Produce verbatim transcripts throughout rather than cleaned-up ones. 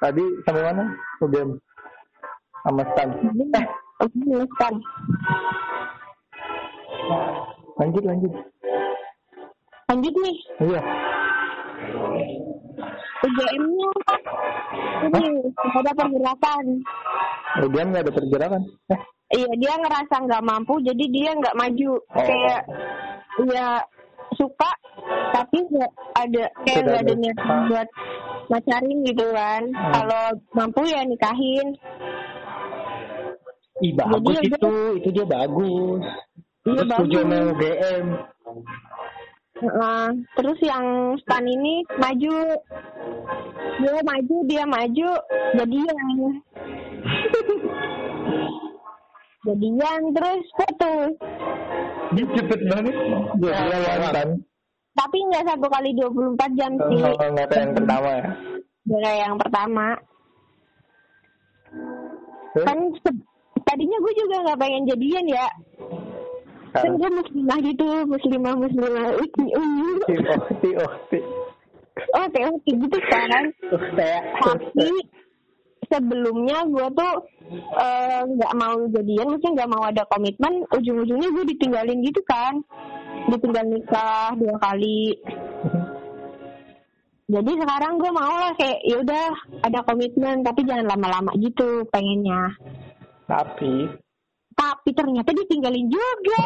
Tadi sampai mana? U G M sama Stan. Eh, U G M Stan. Lanjut lanjut. Lanjut nih. Iya. U G M-nya ini ada pergerakan. U G M nggak ada pergerakan? Eh? Iya, dia ngerasa nggak mampu, jadi dia nggak maju. Oh. Kayak ya suka, tapi nggak ada kayak nggak ada niat buat pacarin gitu kan. Hmm. Kalau mampu ya nikahin. Ih bagus jadi, itu, dia, itu dia bagus. Iya bagus. U G M. Uh, terus yang Stan ini maju, dia maju, dia maju, jadian, jadian terus putus. Cepet banget. Jadian. Tapi nggak satu kali dua puluh empat jam sih. Oh, nggak kayak yang pertama ya? Nggak kayak yang pertama. Huh? Kan tadinya gue juga nggak pengen jadian ya. Kan gue muslimah gitu, muslimah muslimah uti uti uti uti oh teh uti gitu kan. Tapi sebelumnya gue tuh nggak uh, mau jadian, maksudnya nggak mau ada komitmen. Ujung-ujungnya gue ditinggalin gitu kan, ditinggal nikah dua kali. Jadi sekarang gue mau lah kayak yaudah ada komitmen, tapi jangan lama-lama gitu pengennya. Tapi Tapi ternyata ditinggalin juga.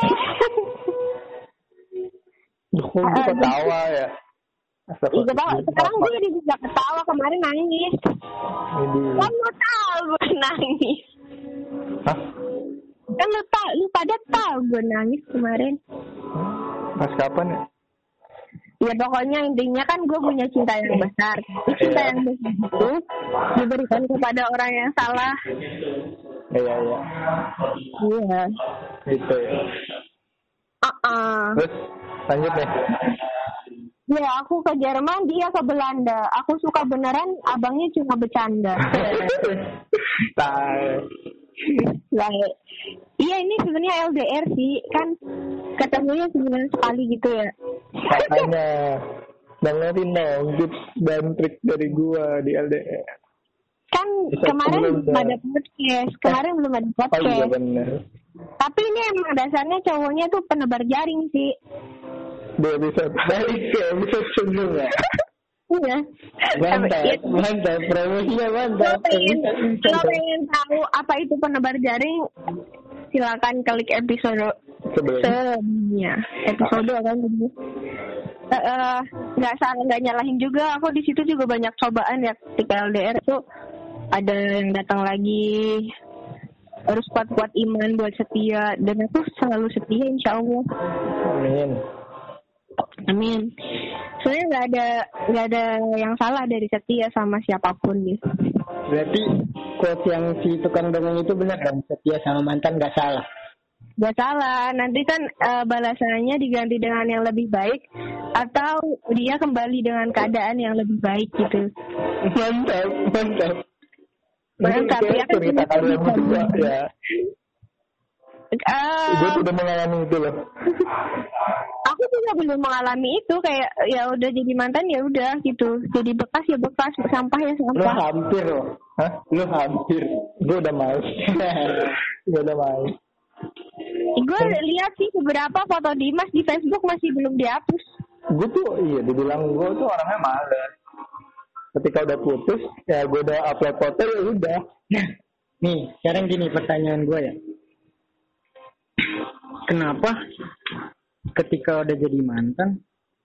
Duh, gue ketawa ya. Iya ketawa. Sekarang gue jadi bisa ketawa, kemarin nangis. Kan lo tau gue nangis. Hah? Kan lo tau, lo pada tau gue nangis kemarin. Pas kapan ya? Ya pokoknya intinya kan gue punya cinta yang besar. Cinta yang besar itu diberikan kepada orang yang salah. Iya iya. Iya. Gitu ya. Ah. Uh-uh. Terus lanjut deh. Ya aku ke Jerman, dia ke Belanda. Aku suka beneran, abangnya cuma bercanda. Tai. Lah, iya ini sebenarnya L D R sih, kan ketemunya sebulan sekali gitu ya. Makanya dengerin dong tips dan trik dari gua di L D R. Kan bisa kemarin belum ada podcast, kemarin eh. belum ada podcast. Oh iya benar. Tapi ini emang dasarnya cowoknya tuh penebar jaring sih. Dia bisa balik ke episode sebelumnya. Iya. Mantap, mantap, promosinya mantap. Kalau pengen, kalau pengen tahu apa itu penebar jaring, silakan klik episode sebelumnya. Episode kan dulu. Uh, nggak salah, nggak nyalahin juga. Aku di situ juga banyak cobaan ya ketika L D R tuh. Ada yang datang lagi, harus kuat-kuat iman buat setia, dan aku selalu setia insya Allah. Amin. Amin. Soalnya nggak ada nggak ada yang salah dari setia sama siapapun gitu. Berarti quote yang si tukang dongeng itu benar kan? Setia sama mantan nggak salah. Nggak salah. Nanti kan uh, balasannya diganti dengan yang lebih baik, atau dia kembali dengan keadaan yang lebih baik gitu. Mantap, mantap. Mantap ya kan cerita kalian berdua ya. Uh, gue sudah mengalami itu loh. Aku juga belum mengalami itu, kayak ya udah jadi mantan ya udah gitu, jadi bekas ya bekas, sampah ya sampah. Lu hampir loh, hah? Lu hampir. Gue udah mau. Gue udah mau. Gue lihat sih beberapa foto Dimas di Facebook masih belum dihapus. Gue tuh iya dibilang gue tuh orangnya malas. Ketika udah putus, ya gue udah upload foto ya udah. Nih, sekarang gini pertanyaan gue ya. Kenapa ketika udah jadi mantan,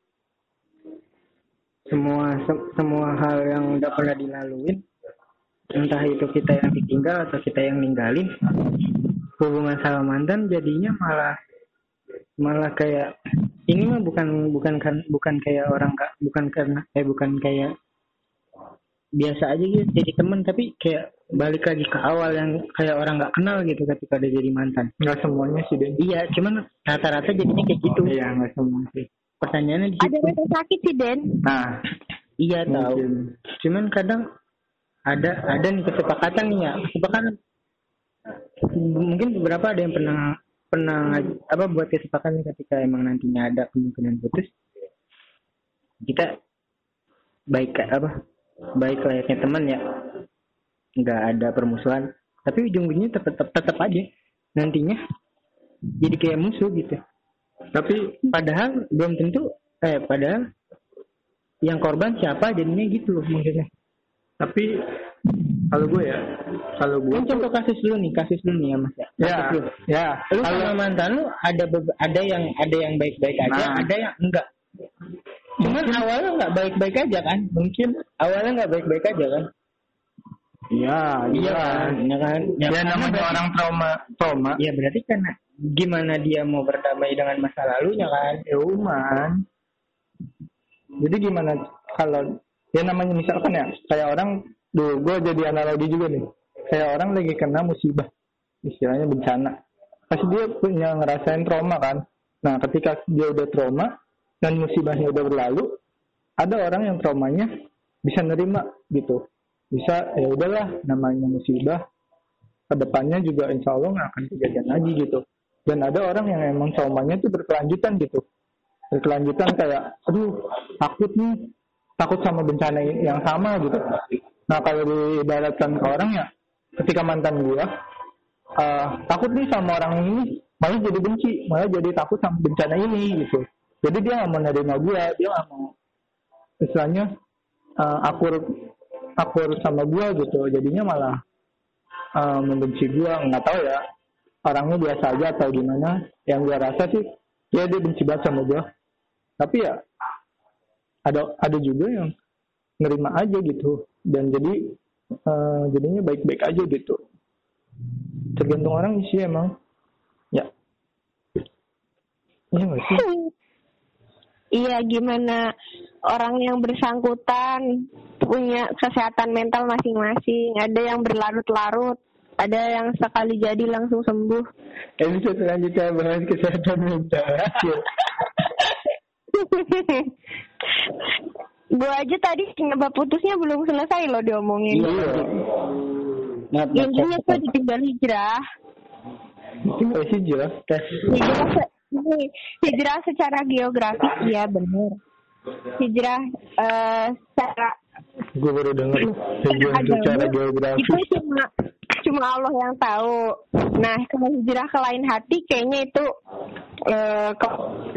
semua se- semua hal yang udah pernah dilaluin, entah itu kita yang ditinggal atau kita yang ninggalin, hubungan sama mantan jadinya malah malah kayak ini mah bukan bukan kan bukan kayak orang gak, bukan karena eh bukan kayak biasa aja gitu jadi teman, tapi kayak balik lagi ke awal yang kayak orang nggak kenal gitu ketika udah jadi mantan. Nggak semuanya sih Den. Iya, cuman rata-rata jadinya kayak gitu. Iya, nggak semua sih. Pertanyaannya di situ. Ada rasa sakit sih Den. Nah, iya tahu. Cuman kadang ada ada nih kesepakatan nih ya, kesepakatan. Mungkin beberapa ada yang pernah pernah apa buat kesepakatan ketika emang nantinya ada kemungkinan putus, kita baik apa? Baik layaknya teman ya, nggak ada permusuhan, tapi ujung-ujungnya tetap, tetap tetap aja nantinya jadi kayak musuh gitu. Tapi padahal belum tentu eh padahal yang korban siapa jadinya gitu loh maksudnya. Tapi kalau gue ya, kalau gue kan contoh kasus lu nih, kasus lu nih ya Mas ya. Ya, lu. ya. Lu Kalau sama mantan lu ada be- ada yang ada yang baik-baik aja, Nah. ada yang enggak. Cuman mungkin awalnya enggak baik-baik aja kan? Mungkin awalnya enggak baik-baik aja kan? Iya, Iya kan, ya kan. Ya, Ya, namanya berarti, orang trauma, trauma. ya berarti karena gimana dia mau berdamai dengan masa lalunya kan? Human. Jadi gimana kalau ya namanya misalkan ya kayak orang dulu gue jadi analogi juga nih, kayak orang lagi kena musibah, istilahnya bencana, pasti dia punya ngerasain trauma kan. Nah ketika dia udah trauma dan musibahnya udah berlalu, ada orang yang traumanya bisa nerima gitu, bisa ya udahlah namanya musibah, kedepannya juga insya Allah nggak akan kejadian lagi gitu. Dan ada orang yang emang traumanya itu berkelanjutan gitu, berkelanjutan kayak aduh takut nih, takut sama bencana yang sama gitu. Nah kalau diibaratkan ke orang ya, ketika mantan gua uh, takut nih sama orang ini, malah jadi benci, malah jadi takut sama bencana ini gitu. Jadi dia nggak mau nerima gua, dia nggak mau istilahnya uh, akur akur sama gua gitu. Jadinya malah uh, membenci gua. Nggak tahu ya orangnya biasa aja atau gimana. Yang gua rasa sih ya dia benci banget sama gua. Tapi ya ada ada juga yang nerima aja gitu, dan jadi uh, jadinya baik-baik aja gitu. Tergantung orang sih emang. Ya. Iya nggak sih? Iya, gimana orang yang bersangkutan punya kesehatan mental masing-masing. Ada yang berlarut-larut, ada yang sekali jadi langsung sembuh. Episode selanjutnya bahas kesehatan mental. Gue aja tadi penyebab putusnya belum selesai loh diomongin. Iya. Intinya tuh ditinggal hijrah. Tinggal hijrah. Hijrah, se- ini, hijrah secara geografis ya benar. Hijrah uh, secara Gue baru dengar hijrah secara geografis. itu cuma cuma Allah yang tahu. Nah kalau hijrah ke lain hati kayaknya itu uh, ke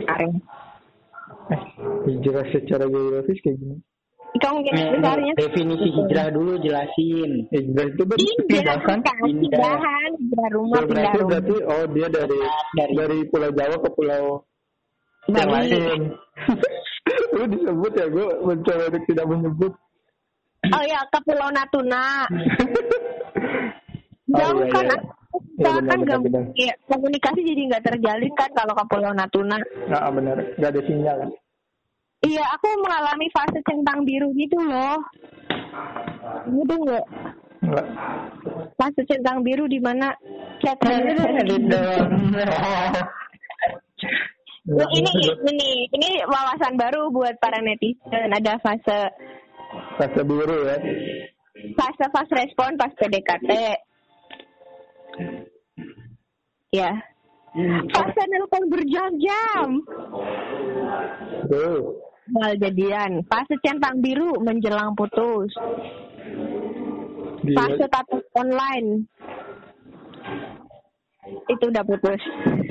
Eh, hijrah secara geografis kayak gini. Kamu mungkin besarnya Definisi hijrah dulu jelasin. Hijrah itu berarti pindah kan? pindahan, pindah rumah, pindah Berarti rumah. berarti oh dia dari Dari- dari Pulau Jawa ke pulau yang Bali. lain. Lu disebut ya, gue mencoba untuk tidak menyebut. Oh ya, ke Pulau Natuna. Oh, Jauh iya, kan, iya. kita Iya, benar, kan benar, gak, benar. ya, komunikasi jadi nggak terjalin kan kalau ke Pulau Natuna. Nah, benar, nggak ada sinyal kan? Iya, aku mengalami fase centang biru gitu loh. Gitu nggak? Enggak. Fase centang biru di mana chat Nah, ini ini ini wawasan baru buat para netizen. Ada fase Fase biru ya. fase fast respon pas P D K T. Ya. Fase nelpon berjam-jam. Tuh. Mal jadian. Fase centang biru menjelang putus. Dia. Fase status online. Itu udah putus.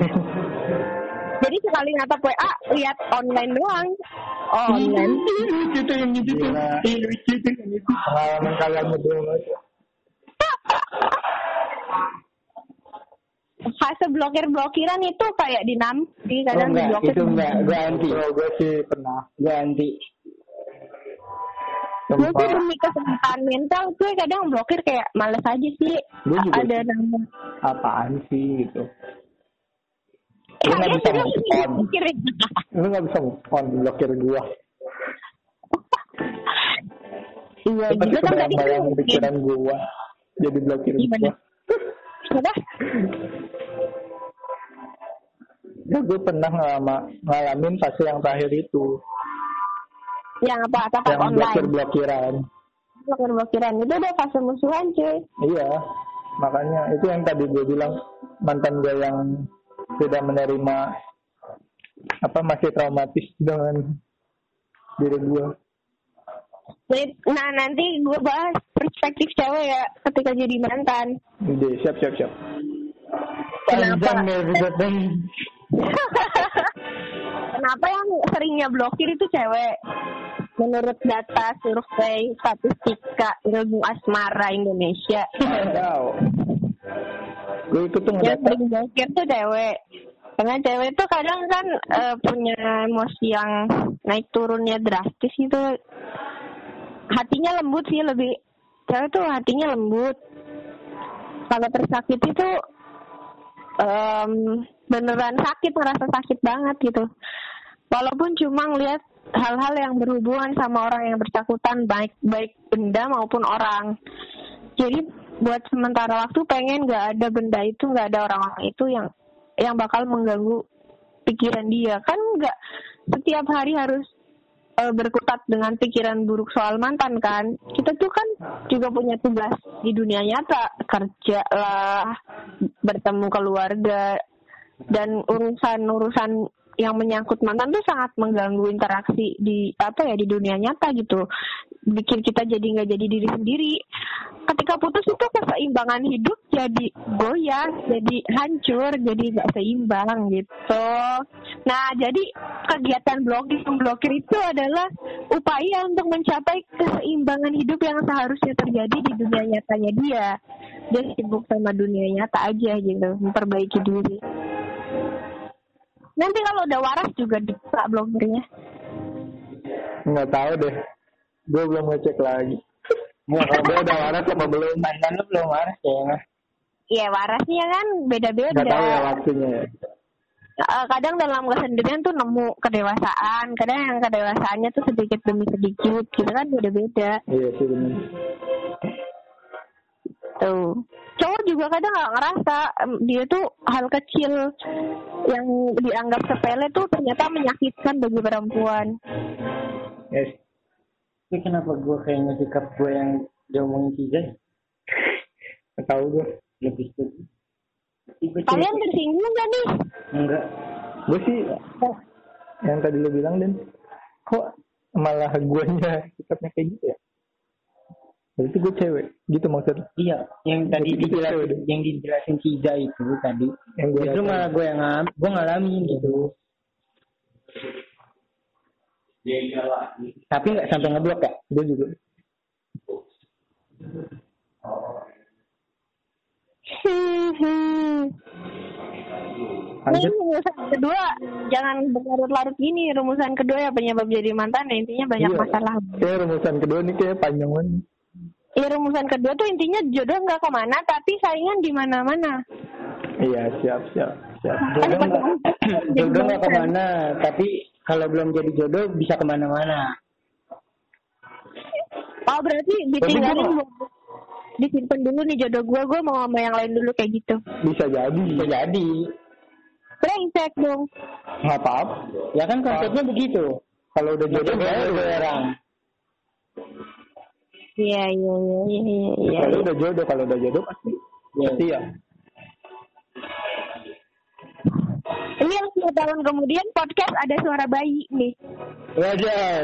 Jadi sekali natap W A lihat online doang. Oh, online. Lucu tuh yang gitu tuh. Gila. Ih, lucu tuh yang itu. Pengalaman kalian berdua. Fase blokir-blokiran itu kayak dinamik, Oh, kadang enggak, diblokir. itu enggak, gue anti. Kalau gue sih pernah. Gue anti. Gue Tempat. sih demi kesehatan mental gue kadang blokir kayak males aja sih. Gue juga Ada sih. nama. Apaan sih gitu. Lu Eh, nggak kalian bisa juga move bisa on. mikirin. Lu nggak bisa move on blokir gua. Iya, Itu pasti juga kan tadi kebayang-bayang kan. pikiran gua. Jadi blokir Gimana? gua. Udah. Ya gue pernah ngalama, ngalamin fase yang terakhir itu. Yang apa? Tatap Yang online. blokir-blokiran. Blokir-blokiran. Itu udah fase musuhan cuy. Iya. Makanya itu yang tadi gue bilang, mantan gue yang tidak menerima apa masih traumatis dengan diri gue. Nah nanti gue bahas perspektif cewek ya. ketika jadi mantan. Ide, siap siap siap. Kenapa? Panjang ya episode. Kenapa yang seringnya blokir itu cewek? Menurut data survei statistika ilmu asmara Indonesia. Wow. Gue itu tuh Yang ngedata. sering blokir tuh cewek. Karena cewek tuh kadang kan uh, punya emosi yang naik turunnya drastis gitu. Hatinya lembut sih lebih. Cewek tuh hatinya lembut. Kalau tersakiti tuh um, beneran sakit, merasa sakit banget gitu. Walaupun cuma ngeliat hal-hal yang berhubungan sama orang yang bersangkutan, baik baik benda maupun orang. Jadi buat sementara waktu pengen nggak ada benda itu, nggak ada orang-orang itu yang yang bakal mengganggu pikiran dia. Kan nggak setiap hari harus uh, berkutat dengan pikiran buruk soal mantan kan. Kita tuh kan juga punya tugas di dunia nyata, kerja lah, bertemu keluarga, dan urusan-urusan yang menyangkut mantan tuh sangat mengganggu interaksi di apa ya di dunia nyata gitu, bikin kita jadi nggak jadi diri sendiri. Ketika putus itu keseimbangan hidup jadi goyah, jadi hancur, jadi nggak seimbang gitu. Nah jadi kegiatan blokir blokir itu adalah upaya untuk mencapai keseimbangan hidup yang seharusnya terjadi di dunia nyatanya dia. Dia sibuk sama dunia nyata aja gitu, memperbaiki diri. Nanti kalau udah waras juga dibuka bloggernya. Nggak tahu deh. Gue belum ngecek lagi. Nggak, kalau gue udah waras apa belum? Mantan lu belum waras kayaknya. Iya warasnya kan beda-beda. Nggak tahu ya waktunya ya. Kadang dalam kesendirian tuh nemu kedewasaan. Kadang yang kedewasaannya tuh sedikit demi sedikit. Gitu kan beda-beda. Iya sih benar. Tuh. Cowok juga kadang nggak ngerasa dia tuh hal kecil yang dianggap sepele tuh ternyata menyakitkan bagi perempuan. Yes. Tapi kenapa gue kayaknya sikap gue yang diomongin Ciza? Nggak tahu gue. Lebih setuju. Kalian tersinggung gak nih? Enggak. Gue sih yang tadi lo bilang Den, kok malah guanya sikapnya kayak gitu ya? Berarti gue cewek, gitu maksudnya? Iya, yang tadi Berarti dijelasin, cewek, yang dijelasin Ciza itu tadi. Yang gue Justru malah gue yang ngalamin, gue ngalamin gitu. Tapi nggak sampai ngeblok ya? Gue juga. Ini rumusan kedua, jangan berlarut-larut gini. Rumusan kedua ya penyebab jadi mantan, ya, intinya banyak Iya. masalah. Kayak rumusan kedua nih kayak panjang banget. Iya, rumusan kedua tuh intinya jodoh nggak kemana, tapi saingan di mana-mana. Iya, siap, siap, siap. Jodoh nggak, jodoh nggak kemana, tapi kalau belum jadi jodoh bisa kemana-mana. Oh berarti ditinggalin, disimpan dulu nih jodoh gue, gue mau sama yang lain dulu kayak gitu. Bisa jadi. Bisa jadi. Brengsek dong. Nggak apa-apa. Ya kan konsepnya begitu. Kalau udah jodoh Jodoh baru baru orang. Iya iya iya iya iya. Kalau udah jodoh, kalau udah jodoh pasti. Ya. Pasti ya. Ini yang sepuluh tahun kemudian podcast ada suara bayi nih. Wajah.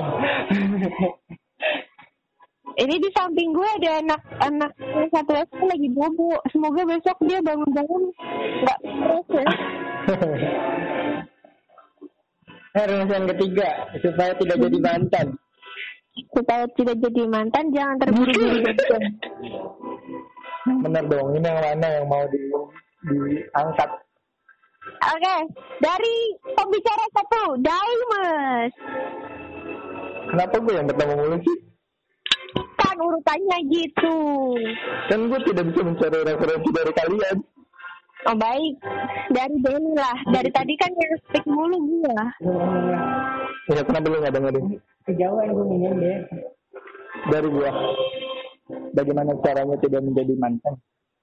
Ini di samping gue ada anak-anak yang satu S D lagi bobo. Semoga besok dia bangun-bangun nggak stres ya. Rumusan ketiga supaya tidak jadi mantan. Supaya tidak jadi mantan jangan terburu-buru jadi. Bener dong. Ini yang mana yang mau di diangkat? Oke, okay. Dari pembicara satu, Daimes. Kenapa gue yang pertama mulu sih? Kan urutannya gitu. Kan gue tidak bisa mencari referensi dari kalian. Oh baik, dari Denny lah. Dari tadi kan yang speak mulu gue. Ya kenapa lu nggak dengerin? Kejauhan gue ingin deh. Dari gue. Bagaimana caranya tidak menjadi mantan?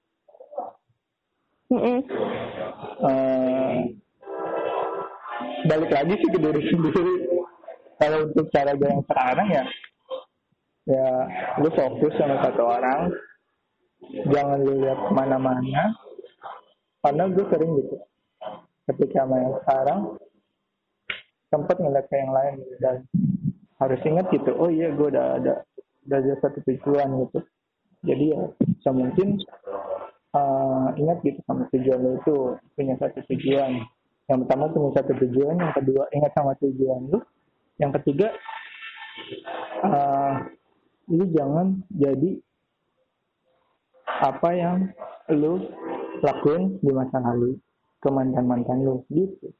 Mm-mm. Uh, balik lagi sih ke diri sendiri. Kalau untuk cara gue yang sekarang ya, ya lu fokus sama satu orang, jangan lu lihat kemana-mana. Karena gue sering gitu, ketika sama yang sekarang sempat ngeliat ke yang lain dan harus ingat gitu, oh iya gue udah ada udah ada satu tujuan gitu. Jadi ya semungkin uh, ingat gitu sama tujuan lu itu, punya satu tujuan. Yang pertama punya satu tujuan, yang kedua ingat sama tujuan lu, yang ketiga uh, lu jangan jadi apa yang lu lakuin di masa lalu ke mantan-mantan lu gitu.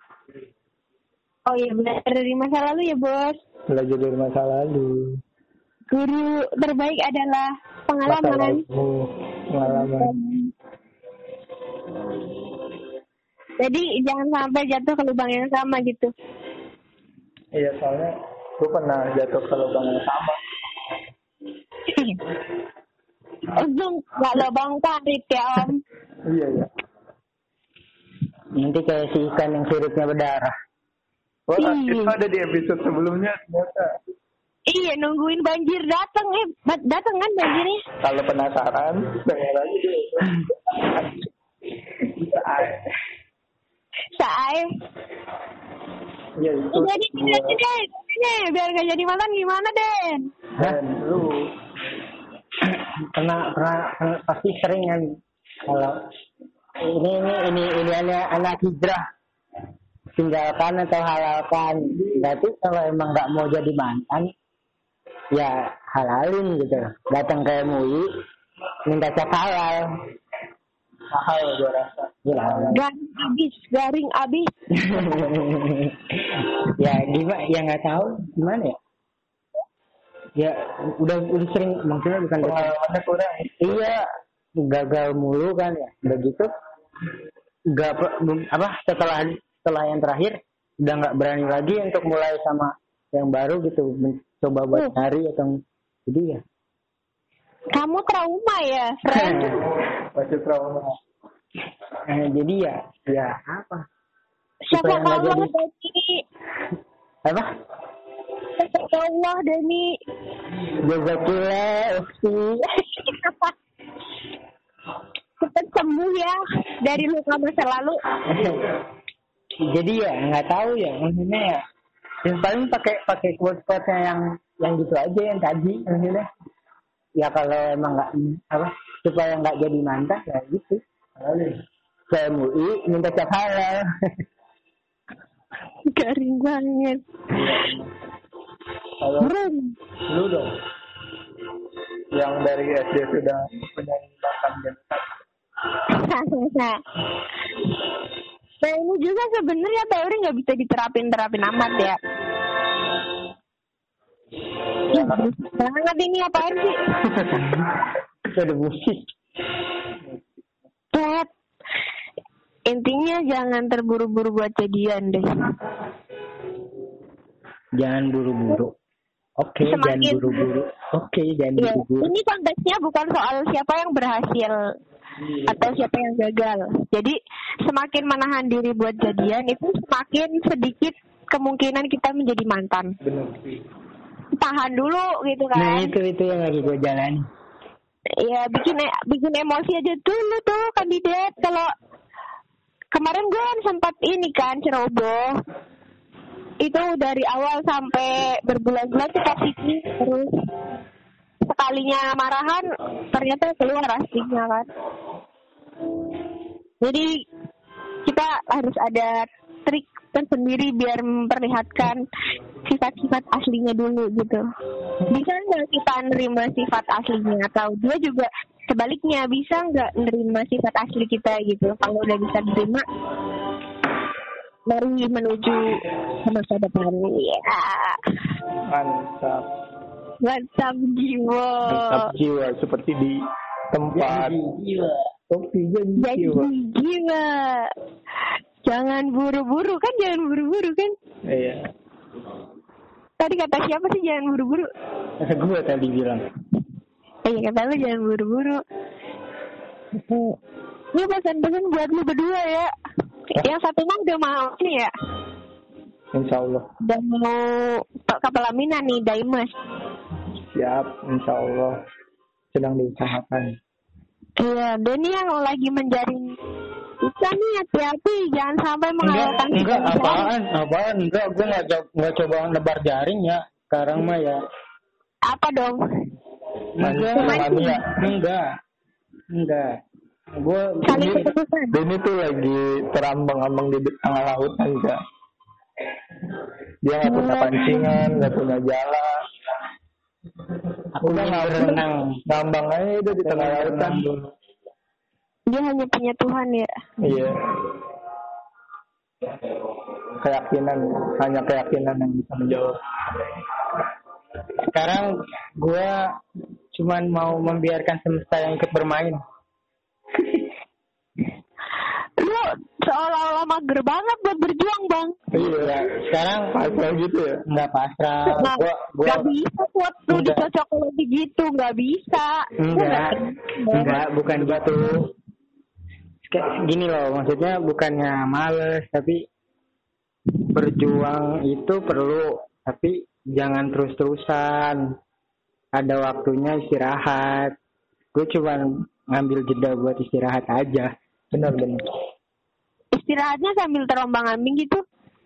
Oh iya, belajar dari masa lalu ya bos. Belajar dari masa lalu. Guru terbaik adalah pengalaman. Pengalaman. Jadi jangan sampai jatuh ke lubang yang sama gitu. Iya, soalnya gue pernah jatuh ke lubang yang sama. Untung nggak lubang parit ya om. Iya iya. Nanti kayak si ikan yang siripnya berdarah. Wah, itu ada di episode sebelumnya ternyata. Iya, nungguin banjir datang eh datang kan banjirnya. Kalau penasaran, denger aja dulu. Saai. Iya itu. Jadi jadi deh, ini biar nggak jadi makan gimana Den? Dan lu pernah pernah pernah pasti sering kan kalau ini ini ini ini anak anak hijrah tinggalkan atau halalkan. Berarti kalau emang nggak mau jadi mantan, ya halalin gitu. Datang ke M U I minta cek halal. mahal gue rasa. Garing abis, garing abis. Ya gimana? Ya nggak tahu gimana ya. Ya udah udah sering maksudnya bukan pengalamannya kurang. Iya, gagal mulu kan ya. Udah gitu nggak apa setelah setelah yang terakhir udah nggak berani lagi untuk mulai sama yang baru gitu, mencoba buat uh. nyari atau jadi ya. Kamu trauma ya, friend? Masih trauma. Nah, jadi ya, ya apa? Siapa Allah jadi... Dani? Apa? Siapa Allah Dani? Jazakillah, Ukti. Cepat sembuh ya dari luka masa lalu. Jadi ya nggak tahu ya, maksudnya ya. Yang paling pakai pakai quote-quote yang yang gitu aja yang tadi, maksudnya. Ya kalau emang nggak apa supaya nggak jadi mantan ya gitu. Ke M U I minta cek halal. Garing banget. Kalau lu dong yang dari S D sudah punya mantan gentar. Nah ini juga sebenarnya teori nggak bisa diterapin terapin amat ya. Ya, banget ini apaan sih? Ada musik. Tet. Intinya jangan terburu-buru buat jadian deh. Jangan buru-buru. Oke, okay, jangan buru-buru. Oke, okay, jangan ya, buru-buru. Ini konteksnya bukan soal siapa yang berhasil atau siapa yang gagal. Jadi semakin menahan diri buat jadian itu semakin sedikit kemungkinan kita menjadi mantan. Benar. Tahan dulu gitu kan. Nah itu itu yang lagi gue jalani. Ya bikin bikin emosi aja dulu tuh kandidat. Kalau kemarin gue kan sempat ini kan ceroboh. Itu dari awal sampai berbulan-bulan kita sini terus sekalinya marahan ternyata keluar aslinya kan. Jadi kita harus ada trik tersendiri biar memperlihatkan sifat-sifat aslinya dulu gitu. Bisa nggak kita nerima sifat aslinya atau dia juga sebaliknya bisa nggak nerima sifat asli kita gitu. Kalau udah bisa nerima, mari menuju ke masa depan. Ya. Mantap. Mantap jiwa. Mantap jiwa seperti di tempat. Jiwa. Kopi jadi jiwa. jiwa. Jangan buru-buru kan, jangan buru-buru kan? Iya. Tadi kata siapa sih jangan buru-buru? Kata gue tadi bilang. Iya kata lu jangan buru-buru. Ini pesan-pesan buat lu berdua ya. Yang satu mah udah mau nih ya. Insya Allah. Udah mau ke pelaminan nih, Daimas. Siap, insya Allah. Sedang diusahakan. Iya, dan ini yang lagi menjaring. Bisa nih hati-hati, jangan sampai menghalalkan. Enggak, enggak apaan, apaan, enggak, gue nggak nggak coba nebar jaring ya, sekarang mah ya. Apa dong? Enggak, mania. enggak, enggak. Gue Saling ini, keputusan. ini tuh lagi terambang-ambang di tengah lautan Kak. Dia nggak punya pancingan, nggak punya jala. Aku Udah nggak berenang. ngambang aja udah di tengah lautan. Dia hanya punya Tuhan ya. Iya. Keyakinan, hanya keyakinan yang bisa menjawab. Sekarang gue cuman mau membiarkan semesta yang ikut bermain. Lu seolah-olah mager banget buat berjuang bang. Iya. Sekarang Pasrah gitu ya. nggak pasrah. Nah, Gua, gua gak bisa buat lu Enggak. dicocokologi gitu, gak bisa. enggak, enggak, bukan gitu. Kayak gini loh, maksudnya bukannya males, tapi berjuang itu perlu, tapi jangan terus-terusan. Ada waktunya istirahat. Gue cuma ngambil jeda buat istirahat aja. Benar-benar. Istirahatnya sambil terombang-ambing gitu.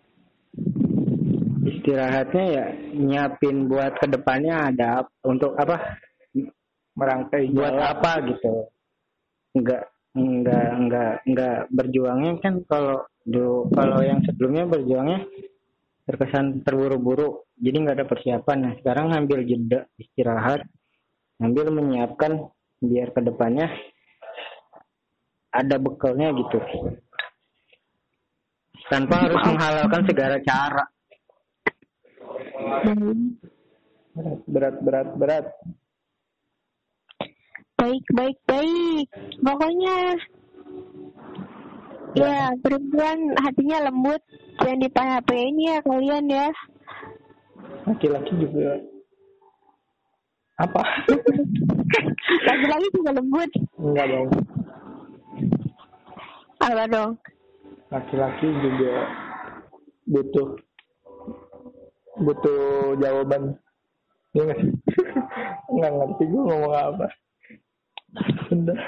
Istirahatnya ya nyiapin buat kedepannya ada untuk apa? Merangkai Buat jalan. apa gitu. Enggak enggak enggak enggak berjuangnya kan kalau dulu kalau yang sebelumnya berjuangnya terkesan terburu-buru, jadi nggak ada persiapan. Nah sekarang ngambil jeda istirahat, ngambil menyiapkan biar kedepannya ada bekalnya gitu, tanpa harus menghalalkan segala cara. Berat, berat, berat. Baik, baik, baik. Pokoknya ya perempuan hatinya lembut, jangan di P H P ini ya kalian ya. Laki-laki juga apa? Lagi-lagi juga lembut. Enggak dong. Apa dong? Laki-laki juga butuh butuh jawaban. Iya nggak sih? Nggak ngerti gue ngomong apa. Udah.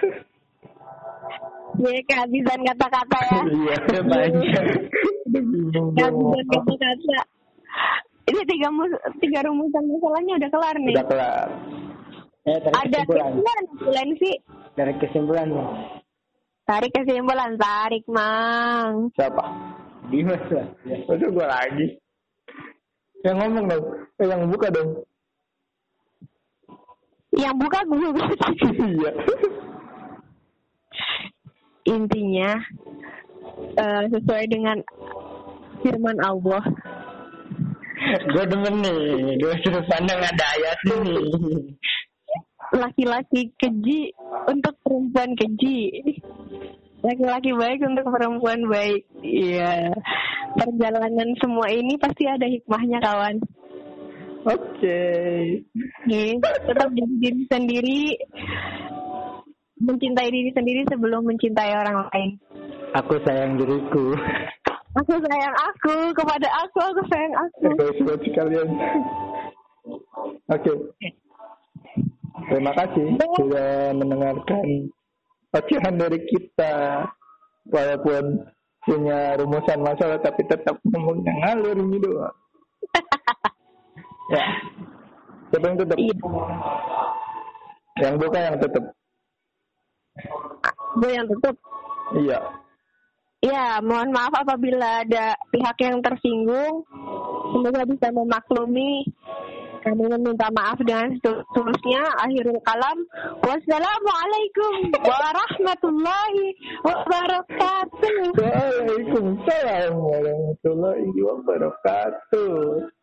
Ya kehabisan kata-kata ya. Iya, banyak. Udah bingung gue ngomong Kehabisan apa. kata-kata. Ini tiga mus- tiga rumusan masalahnya udah kelar nih. Udah kelar. Eh, tarik Ada kesimpulan. kesimpulan bulan sih. Dari kesimpulan ya. Tarik kesimpulan, tarik mang. Siapa? Dimas lah. Ya. Masa gue lagi? Yang ngomong dong. Eh, yang buka dong. Yang buka gue. Iya. Intinya eh, sesuai dengan firman Allah. Gue demen nih, gue sudut pandang ada ayat nih. Laki-laki keji untuk perempuan keji. Laki-laki baik untuk perempuan baik. Iya. Perjalanan semua ini pasti ada hikmahnya kawan. Oke. Oke, tetap jadi diri sendiri. Mencintai diri sendiri sebelum mencintai orang lain. Aku sayang diriku. Aku sayang aku, kepada aku, aku sayang aku. Buat sekalian. Oke. Terima kasih sudah mendengarkan ocehan dari kita. Walaupun punya rumusan masalah tapi tetap ngomongnya ngalur ini doang. Ya. Siapa yang tutup? Iya. Yang buka yang tutup. Gue yang tutup. Iya. Ya, mohon maaf apabila ada pihak yang tersinggung. Semoga bisa memaklumi. Kami meminta maaf dengan setulusnya. Akhirul kalam. Wassalamualaikum warahmatullahi wabarakatuh. Waalaikumsalam warahmatullahi wabarakatuh.